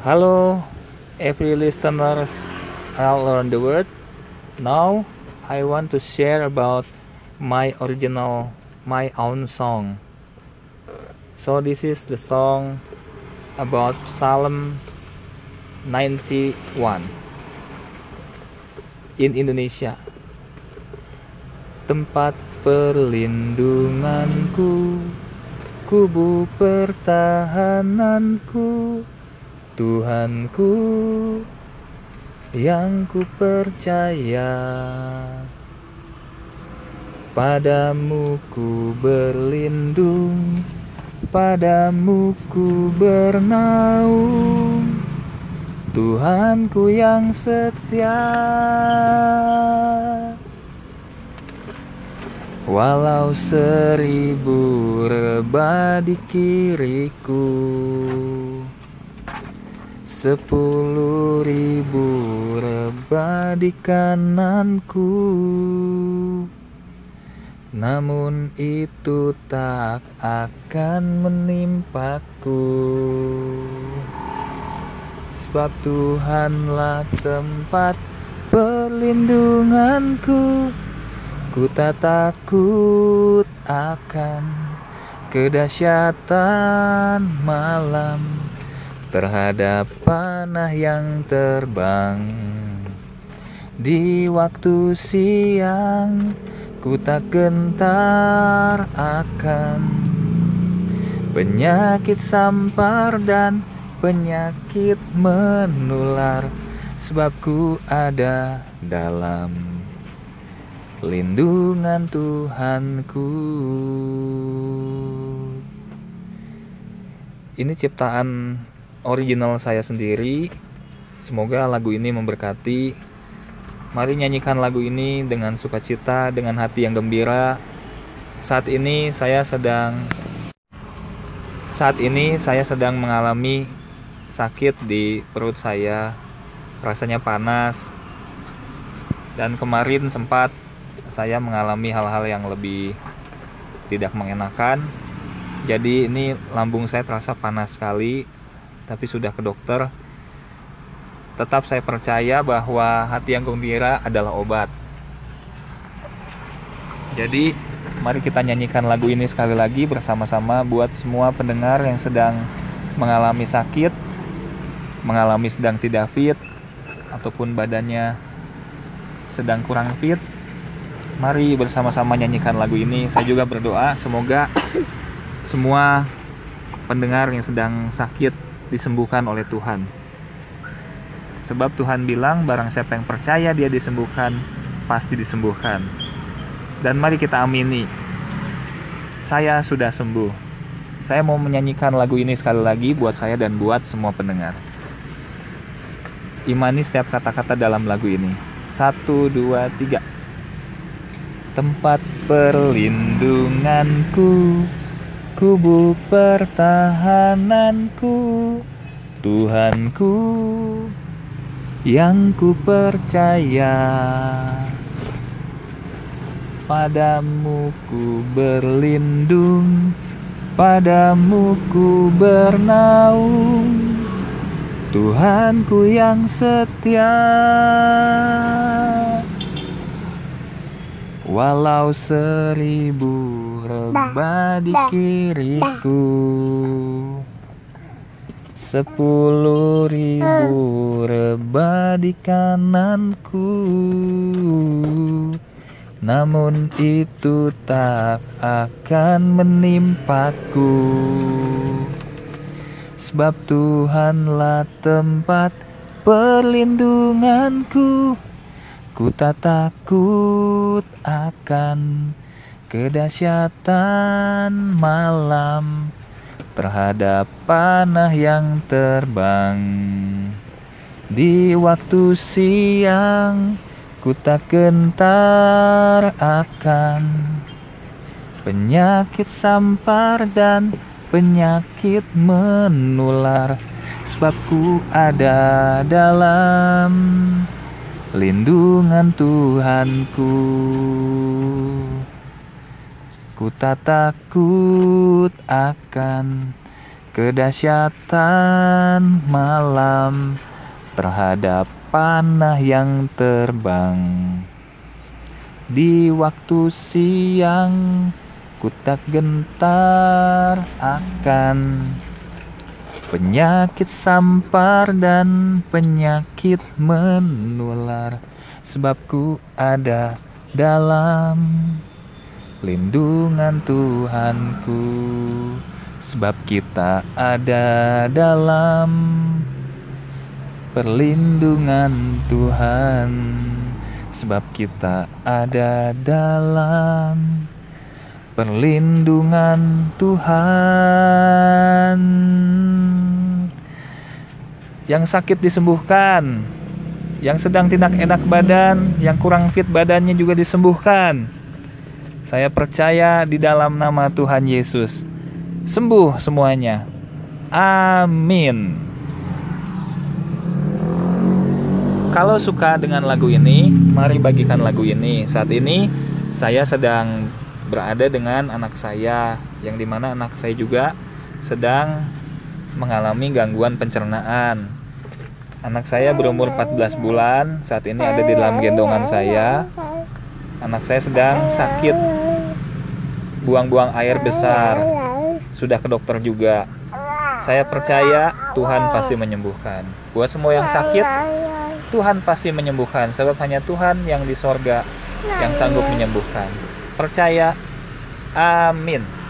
Hello, every listeners all around the world. Now, I want to share about my own song. So this is the song about Psalm 91 in Indonesia. Tempat perlindunganku, kubu pertahananku, Tuhanku yang ku percaya. Padamu ku berlindung, padamu ku bernaung, Tuhanku yang setia. Walau 1000 rebah di kiriku, 10.000 rebah di kananku, namun itu tak akan menimpaku. Sebab Tuhanlah tempat perlindunganku, ku tak takut akan kedahsyatan malam, terhadap panah yang terbang di waktu siang. Ku tak gentar akan penyakit sampar dan penyakit menular, sebab ku ada dalam lindungan Tuhanku. Ini ciptaan original saya sendiri. Semoga lagu ini memberkati. Mari nyanyikan lagu ini dengan sukacita, dengan hati yang gembira. Saat ini saya sedang mengalami sakit di perut saya. Rasanya panas. Dan kemarin sempat saya mengalami hal-hal yang lebih tidak mengenakan. Jadi ini lambung saya terasa panas sekali, tapi sudah ke dokter. Tetap saya percaya bahwa hati yang gembira adalah obat. Jadi mari kita nyanyikan lagu ini sekali lagi bersama-sama buat semua pendengar yang sedang mengalami sakit, mengalami sedang tidak fit, ataupun badannya sedang kurang fit. Mari bersama-sama nyanyikan lagu ini. Saya juga berdoa semoga semua pendengar yang sedang sakit disembuhkan oleh Tuhan. Sebab Tuhan bilang barang siapa yang percaya dia disembuhkan, pasti disembuhkan. Dan mari kita amini, saya sudah sembuh. Saya mau menyanyikan lagu ini sekali lagi buat saya dan buat semua pendengar. Imani setiap kata-kata dalam lagu ini. 1, 2, 3. Tempat perlindunganku, kubu pertahananku, Tuhanku yang ku percaya. Padamu ku berlindung, padamu ku bernaung, Tuhanku yang setia. Walau 1000 rebah di kiriku, 10.000 rebah di kananku, namun itu tak akan menimpaku. Sebab Tuhanlah tempat perlindunganku, ku tak takut akan kedahsyatan malam, terhadap panah yang terbang di waktu siang. Ku tak gentar akan penyakit sampar dan penyakit menular, sebab ku ada dalam lindungan Tuhanku. Ku tak takut akan kedahsyatan malam terhadap panah yang terbang. Di waktu siang ku tak gentar akan penyakit sampar dan penyakit menular, sebab ku ada dalam lindungan Tuhanku. Sebab kita ada dalam perlindungan Tuhan. Sebab kita ada dalam perlindungan Tuhan. Yang sakit disembuhkan, yang sedang tidak enak badan, yang kurang fit badannya juga disembuhkan. Saya percaya di dalam nama Tuhan Yesus, sembuh semuanya. Amin. Kalau suka dengan lagu ini, mari bagikan lagu ini. Saat ini saya sedang berada dengan anak saya, yang dimana anak saya juga sedang mengalami gangguan pencernaan. Anak saya berumur 14 bulan, saat ini ada di dalam gendongan saya. Anak saya sedang sakit, buang-buang air besar, sudah ke dokter juga. Saya percaya Tuhan pasti menyembuhkan. Buat semua yang sakit, Tuhan pasti menyembuhkan, sebab hanya Tuhan yang di sorga yang sanggup menyembuhkan. Percaya. Amin.